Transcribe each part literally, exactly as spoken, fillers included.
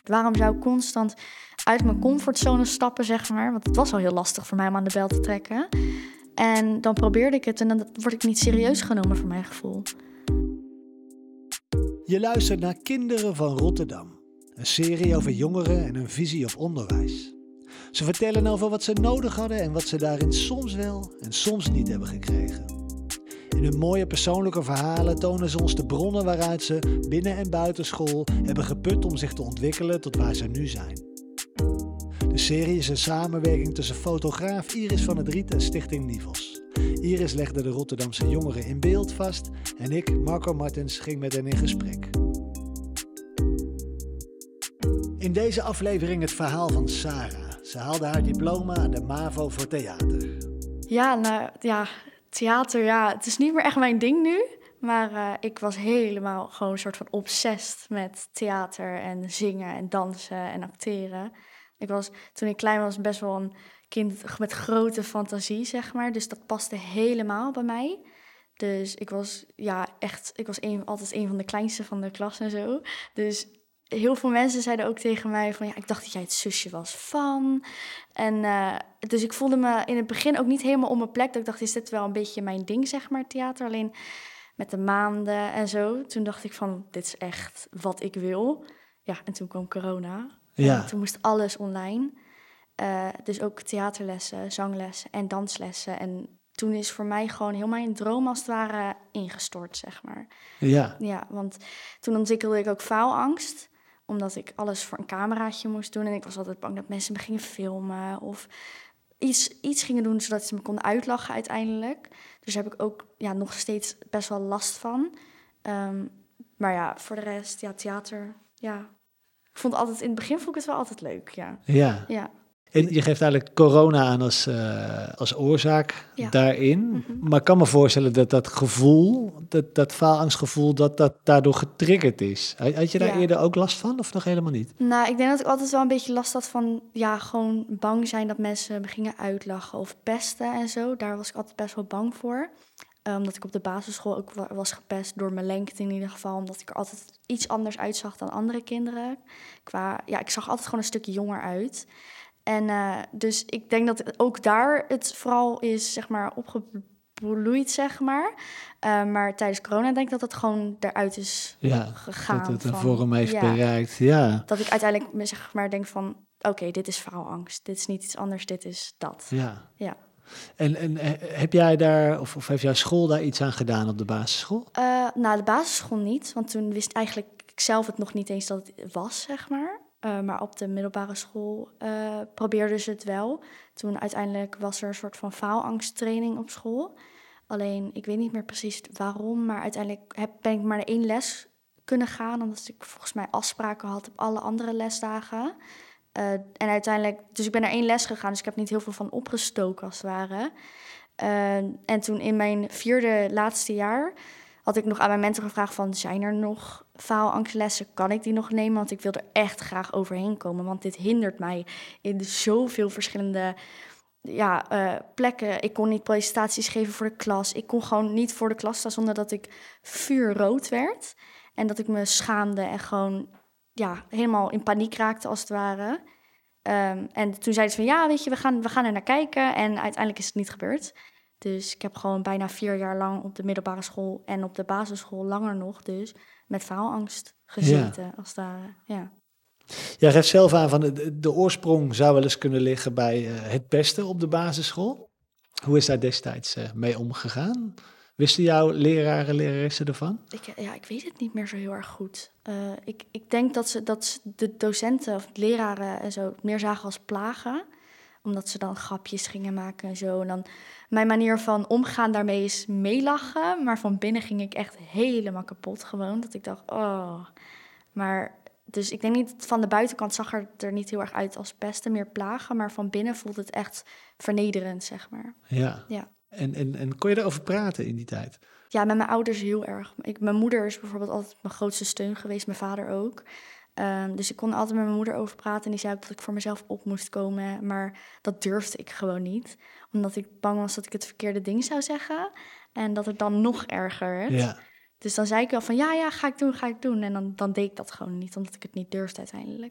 waarom zou ik constant uit mijn comfortzone stappen, zeg maar? Want het was al heel lastig voor mij om aan de bel te trekken. En dan probeerde ik het en dan word ik niet serieus genomen voor mijn gevoel. Je luistert naar Kinderen van Rotterdam. Een serie over jongeren en hun visie op onderwijs. Ze vertellen over wat ze nodig hadden en wat ze daarin soms wel en soms niet hebben gekregen. In hun mooie persoonlijke verhalen tonen ze ons de bronnen waaruit ze binnen en buiten school hebben geput om zich te ontwikkelen tot waar ze nu zijn. De serie is een samenwerking tussen fotograaf Iris van het Riet en Stichting Nivels. Iris legde de Rotterdamse jongeren in beeld vast en ik, Marco Martens, ging met hen in gesprek. In deze aflevering het verhaal van Sarah. Ze haalde haar diploma aan de MAVO voor theater. Ja, nou ja, theater, ja, het is niet meer echt mijn ding nu. Maar uh, ik was helemaal gewoon een soort van obsessed met theater en zingen en dansen en acteren. Ik was, toen ik klein was, best wel een kind met grote fantasie, zeg maar. Dus dat paste helemaal bij mij. Dus ik was, ja, echt, ik was een, altijd een van de kleinste van de klas en zo. Dus heel veel mensen zeiden ook tegen mij van, ja, ik dacht dat jij het zusje was van. En uh, dus ik voelde me in het begin ook niet helemaal op mijn plek. Dat ik dacht, is dit wel een beetje mijn ding, zeg maar, theater. Alleen met de maanden en zo. Toen dacht ik van, dit is echt wat ik wil. Ja, en toen kwam corona. Ja. En toen moest alles online. Uh, dus ook theaterlessen, zanglessen en danslessen. En toen is voor mij gewoon heel mijn droom als het ware ingestort, zeg maar. Ja. Ja, want toen ontwikkelde ik ook faalangst. Omdat ik alles voor een cameraatje moest doen. En ik was altijd bang dat mensen me gingen filmen. Of iets, iets gingen doen zodat ze me konden uitlachen uiteindelijk. Dus daar heb ik ook ja, nog steeds best wel last van. Um, maar ja, voor de rest, ja, theater, ja. Ik vond altijd, in het begin vond ik het wel altijd leuk, ja. Ja. Ja. En je geeft eigenlijk corona aan als, uh, als oorzaak Ja. daarin. Mm-hmm. Maar ik kan me voorstellen dat dat gevoel, dat, dat faalangstgevoel, dat dat daardoor getriggerd is. Had je daar Ja. eerder ook last van of nog helemaal niet? Nou, ik denk dat ik altijd wel een beetje last had van, ja, gewoon bang zijn dat mensen me gingen uitlachen of pesten en zo. Daar was ik altijd best wel bang voor. Uh, omdat ik op de basisschool ook was gepest door mijn lengte in ieder geval. Omdat ik er altijd iets anders uitzag dan andere kinderen. Qua, ja, ik zag altijd gewoon een stukje jonger uit. En uh, dus ik denk dat ook daar het vooral is, zeg maar, opgebloeid, zeg maar. Uh, maar tijdens corona denk ik dat het gewoon eruit is ja, gegaan. Dat het een van, vorm heeft ja, bereikt, ja. Dat ik uiteindelijk, zeg maar, denk van, oké, okay, dit is faalangst. Dit is niet iets anders, dit is dat. Ja. Ja. En, en heb jij daar, of, of heeft jouw school daar iets aan gedaan op de basisschool? Uh, nou, de basisschool niet, want toen wist eigenlijk ik zelf het nog niet eens dat het was, zeg maar. Uh, maar op de middelbare school uh, probeerden ze het wel. Toen uiteindelijk was er een soort van faalangsttraining op school. Alleen, ik weet niet meer precies waarom, maar uiteindelijk heb, ben ik maar naar één les kunnen gaan, omdat ik volgens mij afspraken had op alle andere lesdagen. Uh, en uiteindelijk, dus ik ben naar één les gegaan, dus ik heb niet heel veel van opgestoken als het ware. Uh, en toen in mijn vierde laatste jaar had ik nog aan mijn mentor gevraagd van, zijn er nog faalangstlessen? Kan ik die nog nemen? Want ik wil er echt graag overheen komen, want dit hindert mij in zoveel verschillende ja, uh, plekken. Ik kon niet presentaties geven voor de klas. Ik kon gewoon niet voor de klas staan zonder dat ik vuurrood werd. En dat ik me schaamde en gewoon ja, helemaal in paniek raakte als het ware. Um, en toen zeiden ze van, ja, weet je, we gaan, we gaan er naar kijken. En uiteindelijk is het niet gebeurd. Dus ik heb gewoon bijna vier jaar lang op de middelbare school en op de basisschool, langer nog dus, met faalangst gezeten, ja. als het ware, ja. Jij geeft zelf aan van de, de oorsprong zou wel eens kunnen liggen bij uh, het pesten op de basisschool. Hoe is daar destijds uh, mee omgegaan? Wisten jouw leraren en leraressen ervan? Ik, ja, ik weet het niet meer zo heel erg goed. Uh, ik, ik denk dat, ze, dat de docenten of de leraren en zo het meer zagen als plagen, omdat ze dan grapjes gingen maken en zo. En dan mijn manier van omgaan daarmee is meelachen. Maar van binnen ging ik echt helemaal kapot gewoon. Dat ik dacht, oh. Maar dus ik denk niet, van de buitenkant zag er er niet heel erg uit als pesten, meer plagen. Maar van binnen voelde het echt vernederend, zeg maar. Ja. Ja. En, en, en kon je daarover praten in die tijd? Ja, met mijn ouders heel erg. Ik, mijn moeder is bijvoorbeeld altijd mijn grootste steun geweest, mijn vader ook. Um, dus ik kon altijd met mijn moeder over praten en die zei ook dat ik voor mezelf op moest komen. Maar dat durfde ik gewoon niet. Omdat ik bang was dat ik het verkeerde ding zou zeggen. En dat het dan nog erger werd. Ja. Dus dan zei ik wel van ja, ja, ga ik doen, ga ik doen. En dan, dan deed ik dat gewoon niet, omdat ik het niet durfde uiteindelijk.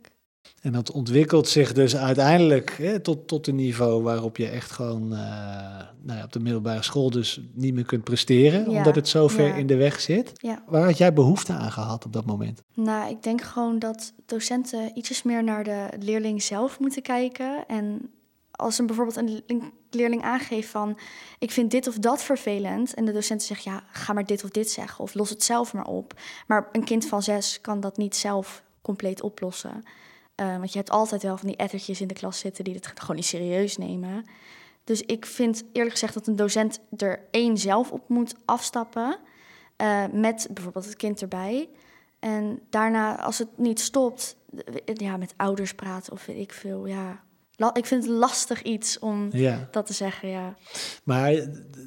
En dat ontwikkelt zich dus uiteindelijk hè, tot, tot een niveau waarop je echt gewoon uh, nou ja, op de middelbare school dus niet meer kunt presteren, Ja, omdat het zo ver ja. in de weg zit. Ja. Waar had jij behoefte aan gehad op dat moment? Nou, ik denk gewoon dat docenten ietsjes meer naar de leerling zelf moeten kijken. En als een bijvoorbeeld een leerling aangeeft van, ik vind dit of dat vervelend. En de docent zegt, ja, ga maar dit of dit zeggen of los het zelf maar op. Maar een kind van zes kan dat niet zelf compleet oplossen. Uh, want je hebt altijd wel van die ettertjes in de klas zitten die het gewoon niet serieus nemen. Dus ik vind eerlijk gezegd dat een docent er één zelf op moet afstappen. Uh, met bijvoorbeeld het kind erbij. En daarna, als het niet stopt, ja, met ouders praten of weet ik veel. Ja. Ik vind het lastig iets om ja. dat te zeggen, ja. Maar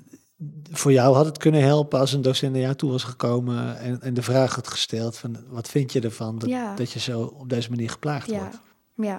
voor jou had het kunnen helpen als een docent naar jou toe was gekomen en, en de vraag had gesteld van, wat vind je ervan dat, ja. dat je zo op deze manier geplaagd ja. wordt? Ja,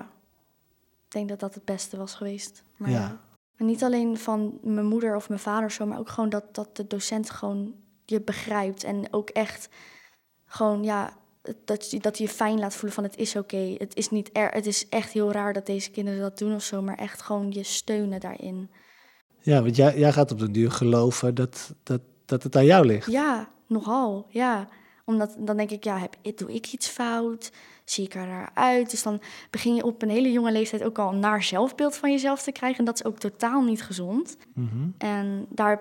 ik denk dat dat het beste was geweest. Maar ja. ja. En niet alleen van mijn moeder of mijn vader zo, maar ook gewoon dat, dat de docent gewoon je begrijpt en ook echt gewoon, ja, dat, dat je je fijn laat voelen van het is oké. Okay. Het is niet er, het is echt heel raar dat deze kinderen dat doen of zo, maar echt gewoon je steunen daarin. Ja, want jij, jij gaat op den duur geloven dat, dat, dat het aan jou ligt. Ja, nogal, ja. Omdat dan denk ik, ja, heb, doe ik iets fout? Zie ik er naar uit? Dus dan begin je op een hele jonge leeftijd ook al een naar zelfbeeld van jezelf te krijgen. En dat is ook totaal niet gezond. Mm-hmm. En daar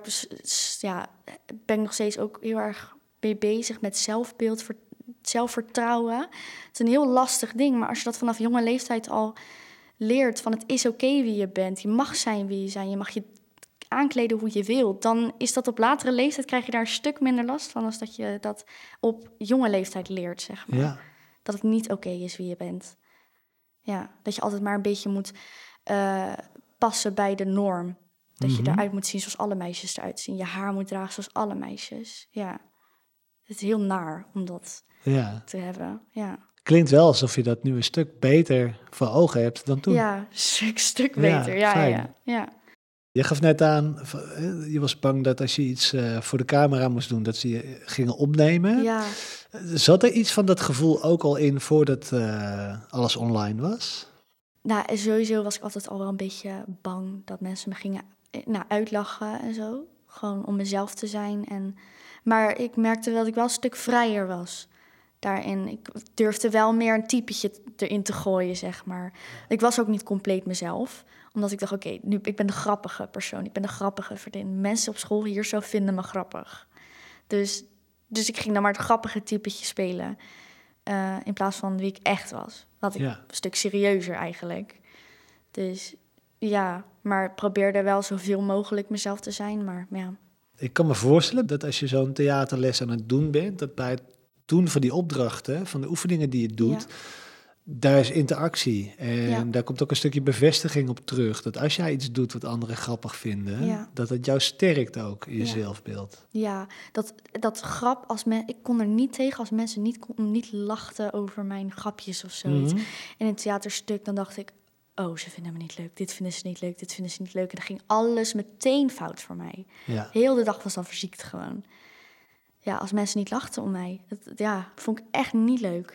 ja, ben ik nog steeds ook heel erg mee bezig met zelfbeeld, zelfvertrouwen. Het is een heel lastig ding, maar als je dat vanaf jonge leeftijd al leert van het is oké okay wie je bent, je mag zijn wie je bent, je mag je aankleden hoe je wilt, dan is dat op latere leeftijd, krijg je daar een stuk minder last van als dat je dat op jonge leeftijd leert, zeg maar. Ja. Dat het niet oké okay is wie je bent. Ja, dat je altijd maar een beetje moet uh, passen bij de norm. Dat mm-hmm. je eruit moet zien zoals alle meisjes eruit zien. Je haar moet dragen zoals alle meisjes. Ja, het is heel naar om dat ja. te hebben, ja. Klinkt wel alsof je dat nu een stuk beter voor ogen hebt dan toen. Ja, een stuk, stuk beter, ja, ja, ja, ja. Je gaf net aan, je was bang dat als je iets uh, voor de camera moest doen, dat ze je gingen opnemen. Ja. Zat er iets van dat gevoel ook al in voordat uh, alles online was? Nou, sowieso was ik altijd al wel een beetje bang dat mensen me gingen nou, uitlachen en zo. Gewoon om mezelf te zijn. En, maar ik merkte wel dat ik wel een stuk vrijer was daarin. Ik durfde wel meer een typetje erin te gooien, zeg maar. Ik was ook niet compleet mezelf. Omdat ik dacht, oké, okay, nu ik ben de grappige persoon. Ik ben de grappige vriendin. Mensen op school hier zo vinden me grappig. Dus, dus ik ging dan maar het grappige typetje spelen. Uh, in plaats van wie ik echt was. Wat ik ja. een stuk serieuzer eigenlijk. Dus ja, maar probeerde wel zoveel mogelijk mezelf te zijn. Maar ja. Ik kan me voorstellen dat als je zo'n theaterles aan het doen bent, dat bij het doen van die opdrachten, van de oefeningen die je doet, ja. daar is interactie. En ja. daar komt ook een stukje bevestiging op terug. Dat als jij iets doet wat anderen grappig vinden, ja. dat het jou sterkt ook in je ja. zelfbeeld. Ja, dat, dat grap, als men, ik kon er niet tegen als mensen niet, kon, niet lachten over mijn grapjes of zoiets. Mm-hmm. In een theaterstuk, dan dacht ik, oh, ze vinden me niet leuk, dit vinden ze niet leuk, dit vinden ze niet leuk. En dan ging alles meteen fout voor mij. Ja. Heel de dag was dan verziekt gewoon. Ja, als mensen niet lachten om mij. Dat, ja, vond ik echt niet leuk.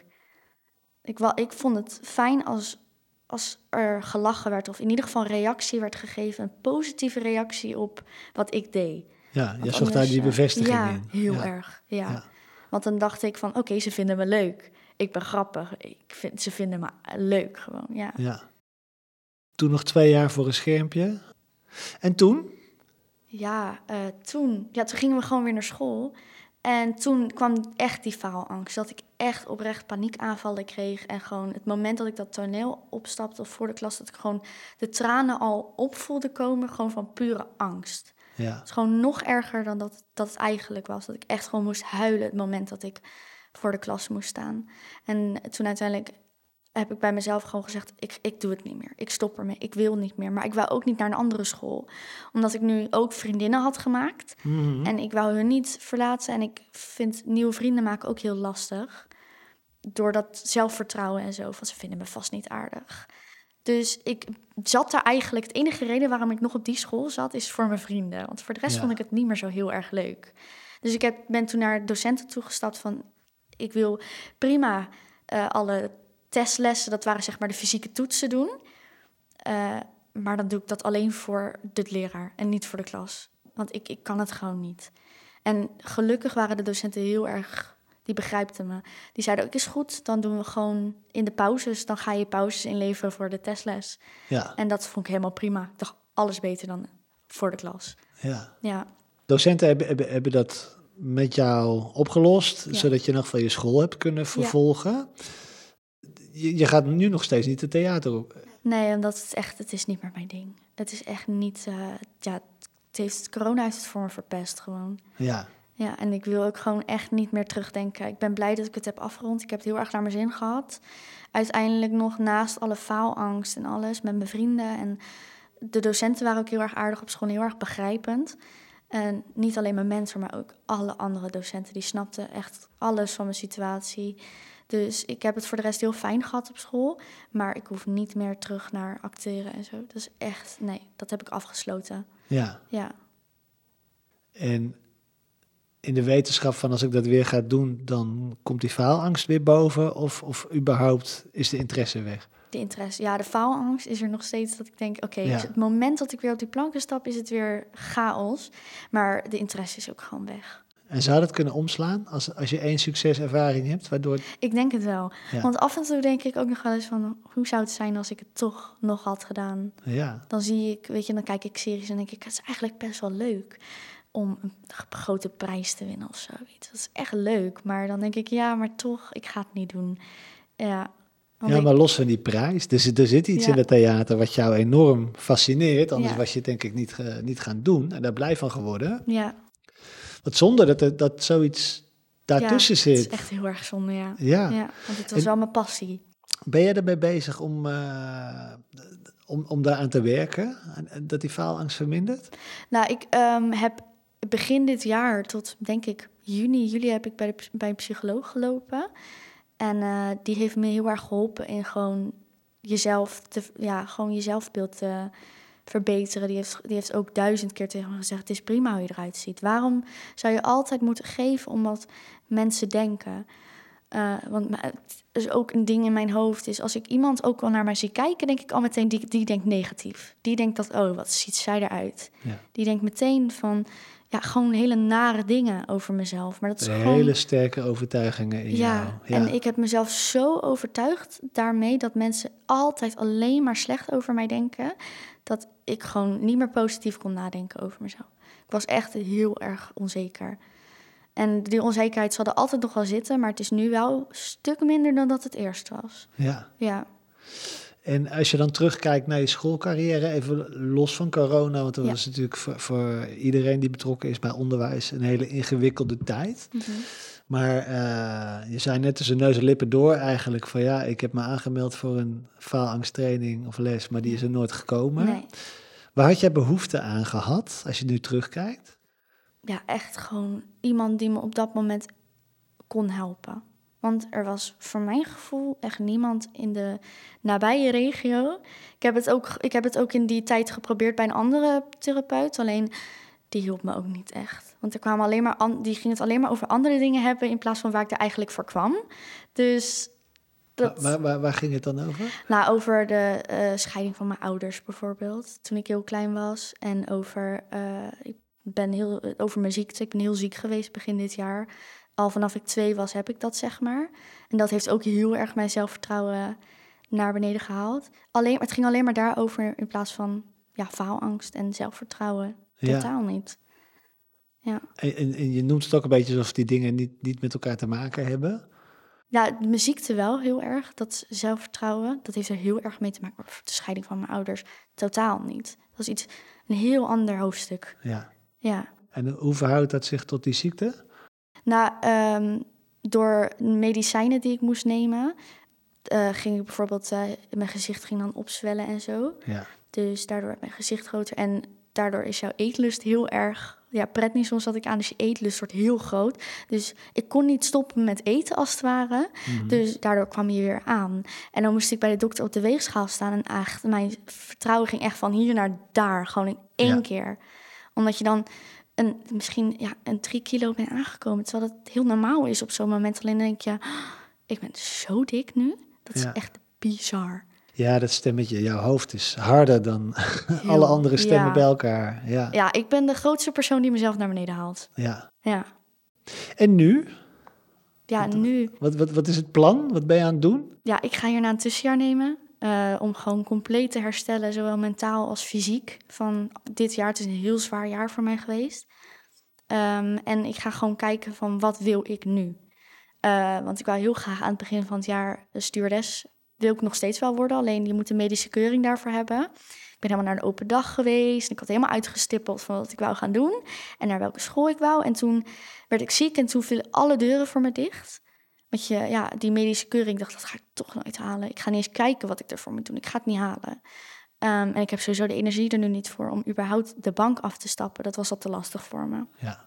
Ik, wel, ik vond het fijn als, als er gelachen werd, of in ieder geval reactie werd gegeven, een positieve reactie op wat ik deed. Ja, je zocht daar die bevestiging ja, in. Heel ja, heel erg, ja. ja. Want dan dacht ik van, oké, okay, ze vinden me leuk. Ik ben grappig, ik vind, ze vinden me leuk gewoon, ja. ja. Toen nog twee jaar voor een schermpje. En toen? Ja, uh, toen, ja, toen gingen we gewoon weer naar school. En toen kwam echt die faalangst. Dat ik echt oprecht paniekaanvallen kreeg. En gewoon het moment dat ik dat toneel opstapte of voor de klas, dat ik gewoon de tranen al op voelde komen. Gewoon van pure angst. Ja. Het is gewoon nog erger dan dat, dat het eigenlijk was. Dat ik echt gewoon moest huilen het moment dat ik voor de klas moest staan. En toen uiteindelijk heb ik bij mezelf gewoon gezegd, ik, ik doe het niet meer. Ik stop ermee, ik wil niet meer. Maar ik wou ook niet naar een andere school. Omdat ik nu ook vriendinnen had gemaakt. Mm-hmm. En ik wou hun niet verlaten. En ik vind nieuwe vrienden maken ook heel lastig. Door dat zelfvertrouwen en zo. Want ze vinden me vast niet aardig. Dus ik zat daar eigenlijk... Het enige reden waarom ik nog op die school zat, is voor mijn vrienden. Want voor de rest ja. vond ik het niet meer zo heel erg leuk. Dus ik heb, ben toen naar docenten toegestapt van, ik wil prima uh, alle testlessen, dat waren zeg maar de fysieke toetsen doen. Uh, maar dan doe ik dat alleen voor de leraar en niet voor de klas. Want ik, ik kan het gewoon niet. En gelukkig waren de docenten heel erg, die begrijpten me. Die zeiden ook, is goed, dan doen we gewoon in de pauzes. Dan ga je pauzes inleveren voor de testles. Ja. En dat vond ik helemaal prima. Ik dacht, alles beter dan voor de klas. Ja. Ja. Docenten hebben, hebben, hebben dat met jou opgelost, ja. zodat je nog van je school hebt kunnen vervolgen. Ja. Je, je gaat nu nog steeds niet het theater op. Nee, omdat het echt, het is niet meer mijn ding. Het is echt niet, uh, ja, het heeft, corona heeft het voor me verpest gewoon. Ja. Ja, en ik wil ook gewoon echt niet meer terugdenken. Ik ben blij dat ik het heb afgerond. Ik heb het heel erg naar mijn zin gehad. Uiteindelijk nog naast alle faalangst en alles met mijn vrienden. En de docenten waren ook heel erg aardig op school, heel erg begrijpend. En niet alleen mijn mensen, maar ook alle andere docenten. Die snapten echt alles van mijn situatie. Dus ik heb het voor de rest heel fijn gehad op school. Maar ik hoef niet meer terug naar acteren en zo. Dat is echt, nee, dat heb ik afgesloten. Ja. Ja. En in de wetenschap van als ik dat weer ga doen, dan komt die faalangst weer boven? Of, of überhaupt is de interesse weg? De interesse, ja, de faalangst is er nog steeds dat ik denk, oké, okay, ja. het moment dat ik weer op die planken stap, is het weer chaos. Maar de interesse is ook gewoon weg. En zou dat kunnen omslaan als, als je één succeservaring hebt? Waardoor... Ik denk het wel. Ja. Want af en toe denk ik ook nog wel eens van, hoe zou het zijn als ik het toch nog had gedaan? Ja. Dan zie ik, weet je, dan kijk ik series en denk ik, het is eigenlijk best wel leuk om een grote prijs te winnen of zo. Dat is echt leuk. Maar dan denk ik, ja, maar toch, ik ga het niet doen. Ja. Ja, maar los van die prijs, dus er zit iets ja. in het theater wat jou enorm fascineert. Anders ja. was je het denk ik niet, uh, niet gaan doen en daar blij van geworden. Ja. Wat zonde dat, er, dat zoiets daartussen ja, zit. Het is echt heel erg zonde, ja. Ja. ja want het was en, wel mijn passie. Ben je ermee bezig om, uh, om, om daaraan te werken? Dat die faalangst vermindert? Nou, ik um, heb begin dit jaar tot, denk ik, juni, juli heb ik bij, de, bij een psycholoog gelopen. En uh, die heeft me heel erg geholpen in gewoon jezelf, te, ja, gewoon je zelfbeeld te verbeteren. Die heeft, die heeft ook duizend keer tegen me gezegd, het is prima hoe je eruit ziet. Waarom zou je altijd moeten geven om wat mensen denken? Uh, want het is ook een ding in mijn hoofd. Is als ik iemand ook al naar mij zie kijken, denk ik al meteen, die, die denkt negatief. Die denkt dat, oh, wat ziet zij eruit? Ja. Die denkt meteen van, ja, gewoon hele nare dingen over mezelf. Maar dat is gewoon hele sterke overtuigingen in ja, jou. Ja, en ik heb mezelf zo overtuigd daarmee dat mensen altijd alleen maar slecht over mij denken, dat ik gewoon niet meer positief kon nadenken over mezelf. Ik was echt heel erg onzeker. En die onzekerheid zal er altijd nog wel zitten, maar het is nu wel een stuk minder dan dat het eerst was. Ja. Ja. En als je dan terugkijkt naar je schoolcarrière, even los van corona, want dat ja. was natuurlijk voor, voor iedereen die betrokken is bij onderwijs een hele ingewikkelde tijd. Mm-hmm. Maar uh, je zei net tussen neus en lippen door eigenlijk van ja, ik heb me aangemeld voor een faalangsttraining of les, maar die is er nooit gekomen. Nee. Waar had jij behoefte aan gehad als je nu terugkijkt? Ja, echt gewoon iemand die me op dat moment kon helpen. Want er was voor mijn gevoel echt niemand in de nabije regio. Ik heb het ook, ik heb het ook in die tijd geprobeerd bij een andere therapeut. Alleen, die hielp me ook niet echt. Want er kwamen alleen maar an, die ging het alleen maar over andere dingen hebben in plaats van waar ik er eigenlijk voor kwam. Dus dat, waar, waar, waar ging het dan over? Nou, over de uh, scheiding van mijn ouders bijvoorbeeld, toen ik heel klein was. En over, uh, ik ben heel, over mijn ziekte. Ik ben heel ziek geweest begin dit jaar. Al vanaf ik twee was, heb ik dat, zeg maar. En dat heeft ook heel erg mijn zelfvertrouwen naar beneden gehaald. Alleen, het ging alleen maar daarover in plaats van ja, faalangst en zelfvertrouwen. Totaal ja. niet. Ja. En, en, en je noemt het ook een beetje alsof die dingen niet, niet met elkaar te maken hebben. Ja, mijn ziekte wel heel erg. Dat zelfvertrouwen, dat heeft er heel erg mee te maken. Maar de scheiding van mijn ouders, totaal niet. Dat is iets, een heel ander hoofdstuk. Ja. Ja. En hoe verhoudt dat zich tot die ziekte? Nou, um, door medicijnen die ik moest nemen, uh, ging ik bijvoorbeeld, uh, mijn gezicht ging dan opzwellen en zo. Ja. Dus daardoor werd mijn gezicht groter en daardoor is jouw eetlust heel erg, ja, pretnison zat ik aan, dus je eetlust wordt heel groot. Dus ik kon niet stoppen met eten als het ware, mm-hmm. Dus daardoor kwam je weer aan. En dan moest ik bij de dokter op de weegschaal staan en echt, mijn vertrouwen ging echt van hier naar daar, gewoon in één ja. keer. Omdat je dan een, misschien ja, een drie kilo bent aangekomen, terwijl dat heel normaal is op zo'n moment. Alleen dan denk je, oh, ik ben zo dik nu. Dat is Ja. echt bizar. Ja, dat stemmetje, jouw hoofd is harder dan Heel, alle andere stemmen ja. bij elkaar. Ja. Ja, ik ben de grootste persoon die mezelf naar beneden haalt. Ja. Ja, En nu? ja nu... Wat, wat, wat is het plan? Wat ben je aan het doen? Ja, ik ga hierna een tussenjaar nemen. Uh, om gewoon compleet te herstellen, zowel mentaal als fysiek. Van dit jaar, het is een heel zwaar jaar voor mij geweest. Um, en ik ga gewoon kijken van wat wil ik nu? Uh, want ik wou heel graag aan het begin van het jaar de stewardess. Wil ik nog steeds wel worden, alleen je moet een medische keuring daarvoor hebben. Ik ben helemaal naar de open dag geweest. Ik had helemaal uitgestippeld van wat ik wou gaan doen. En naar welke school ik wou. En toen werd ik ziek en toen vielen alle deuren voor me dicht. Want je, ja, die medische keuring, ik dacht, dat ga ik toch nooit halen. Ik ga niet eens kijken wat ik ervoor moet doen. Ik ga het niet halen. Um, en ik heb sowieso de energie er nu niet voor om überhaupt de bank af te stappen. Dat was al te lastig voor me. Ja.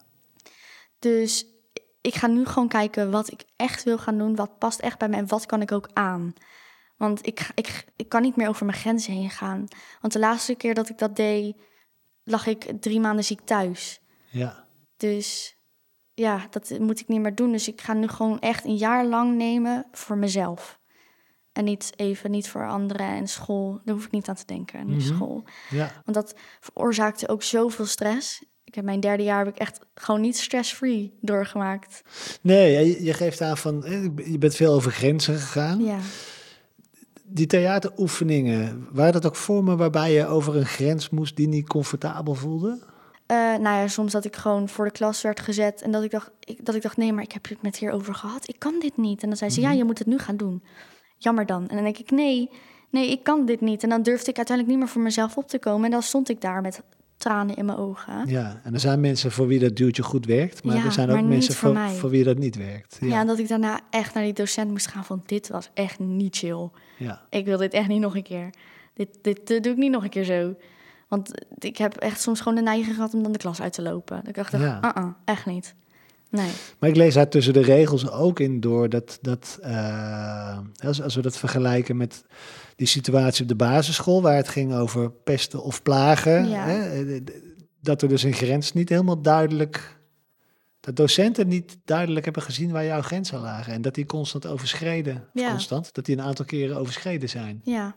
Dus ik ga nu gewoon kijken wat ik echt wil gaan doen. Wat past echt bij mij en wat kan ik ook aan. Want ik, ik, ik kan niet meer over mijn grenzen heen gaan. Want de laatste keer dat ik dat deed, lag ik drie maanden ziek thuis. Ja. Dus ja, dat moet ik niet meer doen. Dus ik ga nu gewoon echt een jaar lang nemen voor mezelf. En niet even, niet voor anderen en school. Daar hoef ik niet aan te denken, nu Mm-hmm. school. Ja. Want dat veroorzaakte ook zoveel stress. Ik heb mijn derde jaar heb ik echt gewoon niet stress-free doorgemaakt. Nee, je, je geeft aan van, je bent veel over grenzen gegaan. Ja. Die theateroefeningen, waren dat ook vormen waarbij je over een grens moest die niet comfortabel voelde? Uh, nou ja, soms dat ik gewoon voor de klas werd gezet en dat ik dacht, ik, dat ik dacht, nee, maar ik heb het met hierover gehad. Ik kan dit niet. En dan zei ze, Mm-hmm. ja, je moet het nu gaan doen. Jammer dan. En dan denk ik, nee, nee, ik kan dit niet. En dan durfde ik uiteindelijk niet meer voor mezelf op te komen. En dan stond ik daar met tranen in mijn ogen. Ja, en er zijn mensen voor wie dat duwtje goed werkt, maar ja, er zijn maar ook niet mensen voor, voor, mij. voor wie dat niet werkt. Ja, Ja, en dat ik daarna echt naar die docent moest gaan van, dit was echt niet chill. ja. Ik wil dit echt niet nog een keer. Dit, dit uh, doe ik niet nog een keer zo. Want ik heb echt soms gewoon de neiging gehad om dan de klas uit te lopen. Dat ik dacht, Ja. uh-uh, echt niet. Nee. Maar ik lees daar tussen de regels ook in door dat, dat uh, als, als we dat vergelijken met die situatie op de basisschool, waar het ging over pesten of plagen, Ja. hè, dat er dus een grens niet helemaal duidelijk, dat docenten niet duidelijk hebben gezien waar jouw grenzen lagen en dat die constant overschreden, Ja. constant, dat die een aantal keren overschreden zijn. Ja.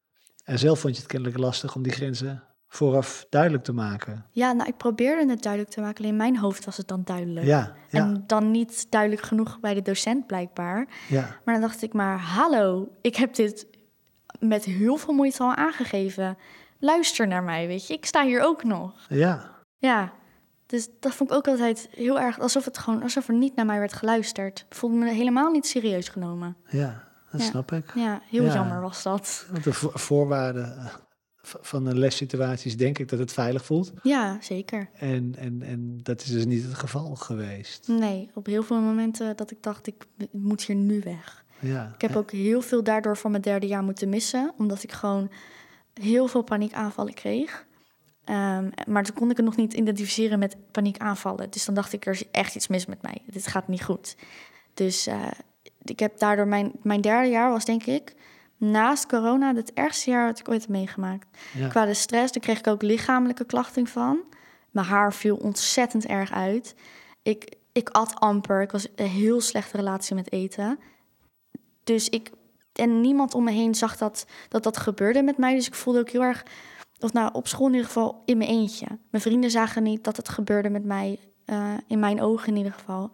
En zelf vond je het kennelijk lastig om die grenzen vooraf duidelijk te maken. Ja, nou, ik probeerde het duidelijk te maken. Alleen in mijn hoofd was het dan duidelijk. Ja, ja. En dan niet duidelijk genoeg bij de docent blijkbaar. Ja. Maar dan dacht ik maar, hallo, ik heb dit met heel veel moeite al aangegeven. Luister naar mij, weet je. Ik sta hier ook nog. Ja. Ja, dus dat vond ik ook altijd heel erg, alsof het gewoon, alsof er niet naar mij werd geluisterd. Ik voelde me helemaal niet serieus genomen. Ja, dat Ja. snap ik. Ja, heel Ja. jammer was dat. Want de vo- voorwaarden uh, v- van een lessituatie is denk ik dat het veilig voelt. Ja, zeker. En, en, en dat is dus niet het geval geweest. Nee, op heel veel momenten dat ik dacht, ik moet hier nu weg. Ja. Ik heb ook heel veel daardoor van mijn derde jaar moeten missen. Omdat ik gewoon heel veel paniekaanvallen kreeg. Um, maar toen kon ik het nog niet identificeren met paniekaanvallen. Dus dan dacht ik, er is echt iets mis met mij. Dit gaat niet goed. Dus uh, ik heb daardoor mijn, mijn derde jaar was denk ik naast corona het ergste jaar dat ik ooit heb meegemaakt. Ja. Qua de stress, daar kreeg ik ook lichamelijke klachten van. Mijn haar viel ontzettend erg uit. Ik, ik at amper. Ik was een heel slechte relatie met eten. Dus ik... En niemand om me heen zag dat, dat dat gebeurde met mij. Dus ik voelde ook heel erg... Of nou, op school in ieder geval in mijn eentje. Mijn vrienden zagen niet dat het gebeurde met mij. Uh, in mijn ogen in ieder geval.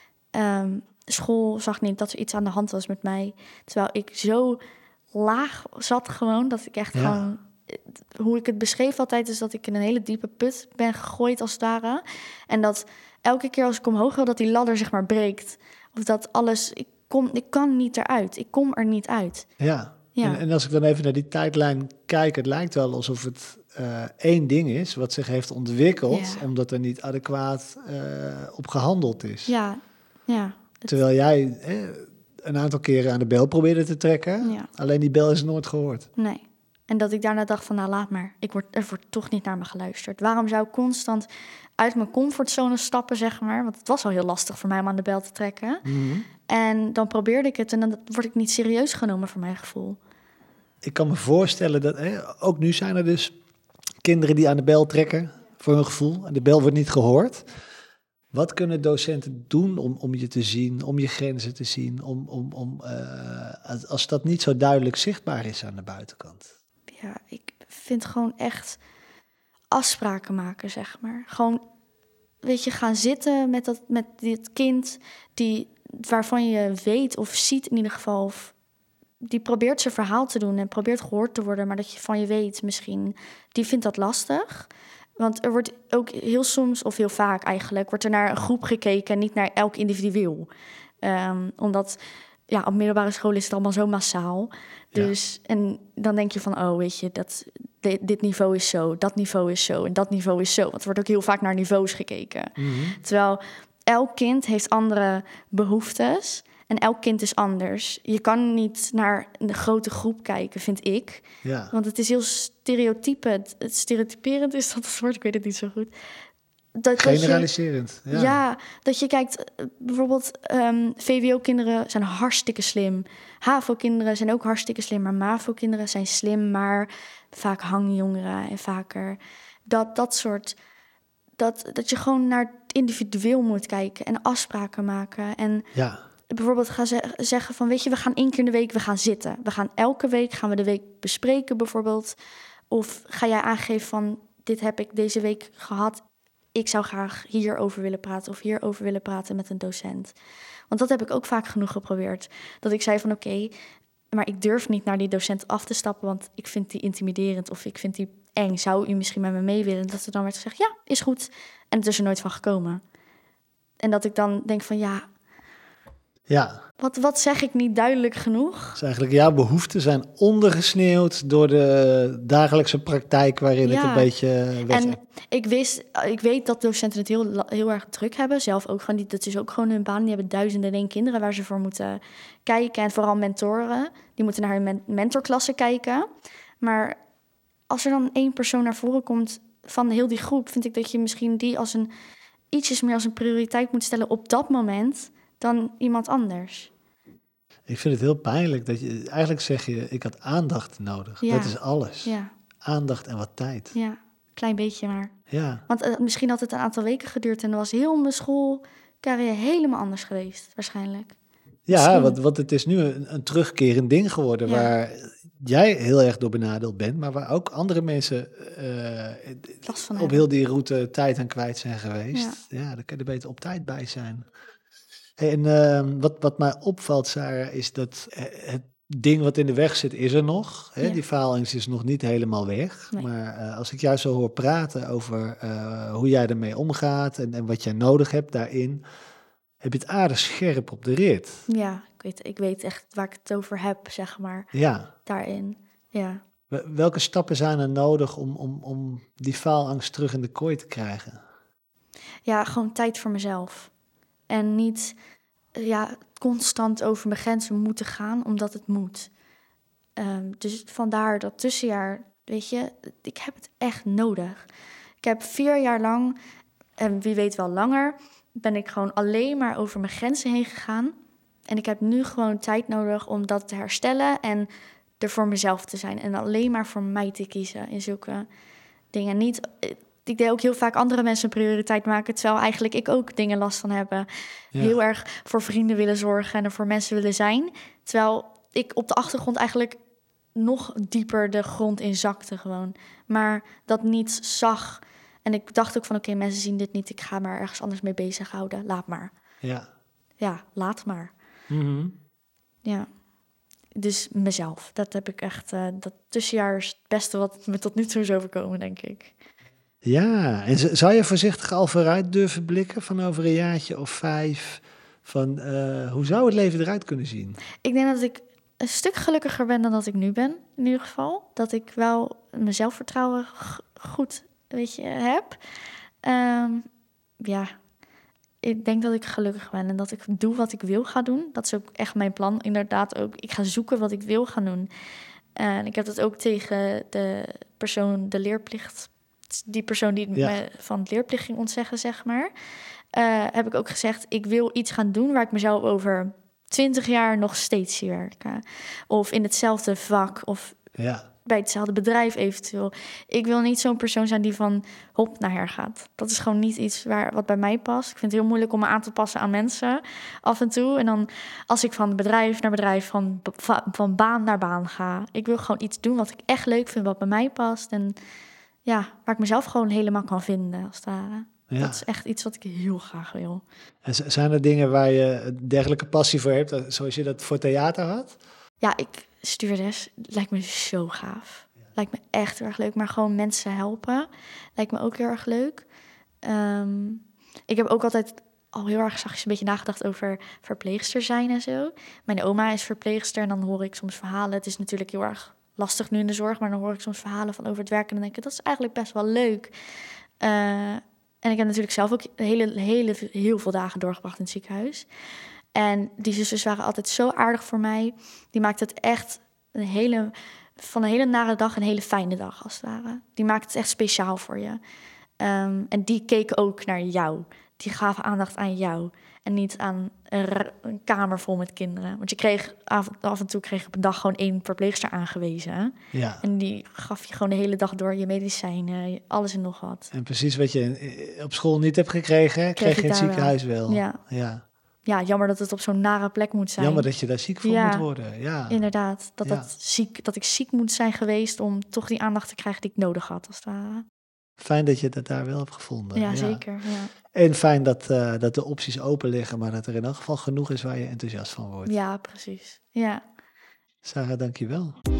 Um, school zag niet dat er iets aan de hand was met mij. Terwijl ik zo laag zat gewoon. Dat ik echt ja. gewoon... Hoe ik het beschreef altijd is dat ik in een hele diepe put ben gegooid als het ware. En dat elke keer als ik omhoog wil, dat die ladder zeg maar breekt. Of dat alles... Ik, kom, ik kan niet eruit. Ik kom er niet uit. Ja. Ja. En, en als ik dan even naar die tijdlijn kijk, het lijkt wel alsof het uh, één ding is wat zich heeft ontwikkeld, Ja. omdat er niet adequaat uh, op gehandeld is. Ja, ja. Het... Terwijl jij eh, een aantal keren aan de bel probeerde te trekken, Ja. alleen die bel is nooit gehoord. Nee. En dat ik daarna dacht van, nou laat maar. Ik word, er wordt toch niet naar me geluisterd. Waarom zou ik constant uit mijn comfortzone stappen, zeg maar? Want het was al heel lastig voor mij om aan de bel te trekken. Mm-hmm. En dan probeerde ik het en dan word ik niet serieus genomen voor mijn gevoel. Ik kan me voorstellen dat, eh, ook nu zijn er dus kinderen die aan de bel trekken voor hun gevoel. En de bel wordt niet gehoord. Wat kunnen docenten doen om, om je te zien, om je grenzen te zien, om, om, om, uh, als, als dat niet zo duidelijk zichtbaar is aan de buitenkant? Ja, ik vind gewoon echt afspraken maken, zeg maar. Gewoon, weet je, gaan zitten met, dat, met dit kind die, waarvan je weet of ziet in ieder geval, of die probeert zijn verhaal te doen en probeert gehoord te worden, maar dat je van je weet misschien, die vindt dat lastig. Want er wordt ook heel soms, of heel vaak eigenlijk, wordt er naar een groep gekeken en niet naar elk individueel. Um, omdat, ja, op middelbare school is het allemaal zo massaal. Dus, ja. En dan denk je van, oh, weet je, dat, dit, dit niveau is zo, dat niveau is zo en dat niveau is zo. Want er wordt ook heel vaak naar niveaus gekeken. Mm-hmm. Terwijl elk kind heeft andere behoeftes en elk kind is anders. Je kan niet naar een grote groep kijken, vind ik. Ja. Want het is heel stereotype. Het, het stereotyperend is dat het woord, ik weet het niet zo goed. Dat, Generaliserend. Dat je, ja. ja, dat je kijkt, bijvoorbeeld um, V W O-kinderen zijn hartstikke slim. H A V O-kinderen zijn ook hartstikke slim, maar M A V O-kinderen zijn slim, maar vaak hangjongeren en vaker dat, dat soort... Dat, dat je gewoon naar het individueel moet kijken en afspraken maken. En ja. bijvoorbeeld gaan ze zeggen van, weet je, we gaan één keer in de week, we gaan zitten. We gaan elke week, gaan we de week bespreken bijvoorbeeld. Of ga jij aangeven van, dit heb ik deze week gehad. Ik zou graag hierover willen praten of hierover willen praten met een docent. Want dat heb ik ook vaak genoeg geprobeerd. Dat ik zei van, oké, okay, maar ik durf niet naar die docent af te stappen, want ik vind die intimiderend of ik vind die eng. Zou u misschien met me mee willen? Dat er dan werd gezegd, ja, is goed. En het is er nooit van gekomen. En dat ik dan denk van, ja, ja. Wat, wat zeg ik niet duidelijk genoeg? Dus eigenlijk, jouw behoeften zijn ondergesneeuwd door de dagelijkse praktijk waarin ja. het een beetje weg. En ik wist, ik weet dat docenten het heel, heel erg druk hebben. Zelf ook gewoon, dat is ook gewoon hun baan. Die hebben duizenden en één kinderen waar ze voor moeten kijken. En vooral mentoren. Die moeten naar hun men- mentorklassen kijken. Maar als er dan één persoon naar voren komt van heel die groep, vind ik dat je misschien die als een ietsjes meer als een prioriteit moet stellen op dat moment dan iemand anders. Ik vind het heel pijnlijk dat je eigenlijk zeg je, ik had aandacht nodig. Ja. Dat is alles. Ja. Aandacht en wat tijd. Ja, klein beetje maar. Ja. Want uh, misschien had het een aantal weken geduurd en dan was heel mijn schoolcarrière helemaal anders geweest, waarschijnlijk. Ja, want, want het is nu een, een terugkerend ding geworden, ja, waar jij heel erg door benadeeld bent, maar waar ook andere mensen uh, op heel die route tijd aan kwijt zijn geweest. Ja, ja, daar kun je er beter op tijd bij zijn. Hey, en uh, wat, wat mij opvalt, Sarah, is dat het ding wat in de weg zit, is er nog. Hè? Ja. Die faalangst is nog niet helemaal weg. Nee. Maar uh, als ik jou zo hoor praten over uh, hoe jij ermee omgaat en, en wat jij nodig hebt daarin, heb je het aardig scherp op de rit. Ja, ik weet, ik weet echt waar ik het over heb, zeg maar. Ja. Daarin, ja. Welke stappen zijn er nodig om, om, om die faalangst terug in de kooi te krijgen? Ja, gewoon tijd voor mezelf. En niet ja, constant over mijn grenzen moeten gaan, omdat het moet. Um, dus vandaar dat tussenjaar, weet je, ik heb het echt nodig. Ik heb vier jaar lang, en wie weet wel langer, ben ik gewoon alleen maar over mijn grenzen heen gegaan. En ik heb nu gewoon tijd nodig om dat te herstellen en er voor mezelf te zijn. En alleen maar voor mij te kiezen in zulke dingen. Niet, ik deed ook heel vaak andere mensen een prioriteit maken, terwijl eigenlijk ik ook dingen last van hebben. Ja. Heel erg voor vrienden willen zorgen en er voor mensen willen zijn. Terwijl ik op de achtergrond eigenlijk nog dieper de grond in zakte gewoon. Maar dat niet zag. En ik dacht ook van oké, okay, mensen zien dit niet. Ik ga maar ergens anders mee bezighouden. Laat maar. Ja. Ja, laat maar. Mm-hmm. Ja. Dus mezelf. Dat heb ik echt... Uh, dat tussenjaar is het beste wat me tot nu toe is overkomen, denk ik. Ja, en z- zou je voorzichtig al vooruit durven blikken van over een jaartje of vijf? Van uh, hoe zou het leven eruit kunnen zien? Ik denk dat ik een stuk gelukkiger ben dan dat ik nu ben, in ieder geval. Dat ik wel mijn zelfvertrouwen g- goed, weet je, heb. Um, ja, ik denk dat ik gelukkig ben en dat ik doe wat ik wil gaan doen. Dat is ook echt mijn plan, inderdaad ook. Ik ga zoeken wat ik wil gaan doen. En ik heb dat ook tegen de persoon, de leerplicht, die persoon die ja. me van het leerplicht ging ontzeggen, zeg maar. Uh, heb ik ook gezegd, ik wil iets gaan doen waar ik mezelf over twintig jaar nog steeds zie werken. Of in hetzelfde vak. Of ja. bij hetzelfde bedrijf eventueel. Ik wil niet zo'n persoon zijn die van hop naar her gaat. Dat is gewoon niet iets waar, wat bij mij past. Ik vind het heel moeilijk om me aan te passen aan mensen af en toe. En dan als ik van bedrijf naar bedrijf, van, van baan naar baan ga. Ik wil gewoon iets doen wat ik echt leuk vind, wat bij mij past. En ja, waar ik mezelf gewoon helemaal kan vinden, als het ware. Ja. Dat is echt iets wat ik heel graag wil. En zijn er dingen waar je een dergelijke passie voor hebt, zoals je dat voor theater had? Ja, ik stewardess lijkt me zo gaaf. Ja. Lijkt me echt heel erg leuk. Maar gewoon mensen helpen lijkt me ook heel erg leuk. Um, ik heb ook altijd al heel erg zachtjes een beetje nagedacht over verpleegster zijn en zo. Mijn oma is verpleegster en dan hoor ik soms verhalen. Het is natuurlijk heel erg lastig nu in de zorg, maar dan hoor ik soms verhalen van over het werken en dan denk ik, dat is eigenlijk best wel leuk. Uh, en ik heb natuurlijk zelf ook hele, hele, heel veel dagen doorgebracht in het ziekenhuis. En die zusters waren altijd zo aardig voor mij. Die maakte het echt een hele, van een hele nare dag een hele fijne dag, als het ware. Die maakte het echt speciaal voor je. Um, en die keken ook naar jou. Die gaven aandacht aan jou. En niet aan een, een kamer vol met kinderen. Want je kreeg af, af en toe kreeg op een dag gewoon één verpleegster aangewezen. Ja. En die gaf je gewoon de hele dag door je medicijnen, alles en nog wat. En precies wat je op school niet hebt gekregen, kreeg, kreeg je in het ziekenhuis wel. wel. Ja. ja. Ja, jammer dat het op zo'n nare plek moet zijn. Jammer dat je daar ziek voor ja, moet worden. Ja, inderdaad. Dat, ja. dat, ziek, dat ik ziek moet zijn geweest om toch die aandacht te krijgen die ik nodig had, als het ware. Fijn dat je dat daar wel hebt gevonden. Ja, ja. zeker. Ja. En fijn dat, uh, dat de opties open liggen, maar dat er in elk geval genoeg is waar je enthousiast van wordt. Ja, precies. Ja. Sarah, dank je wel.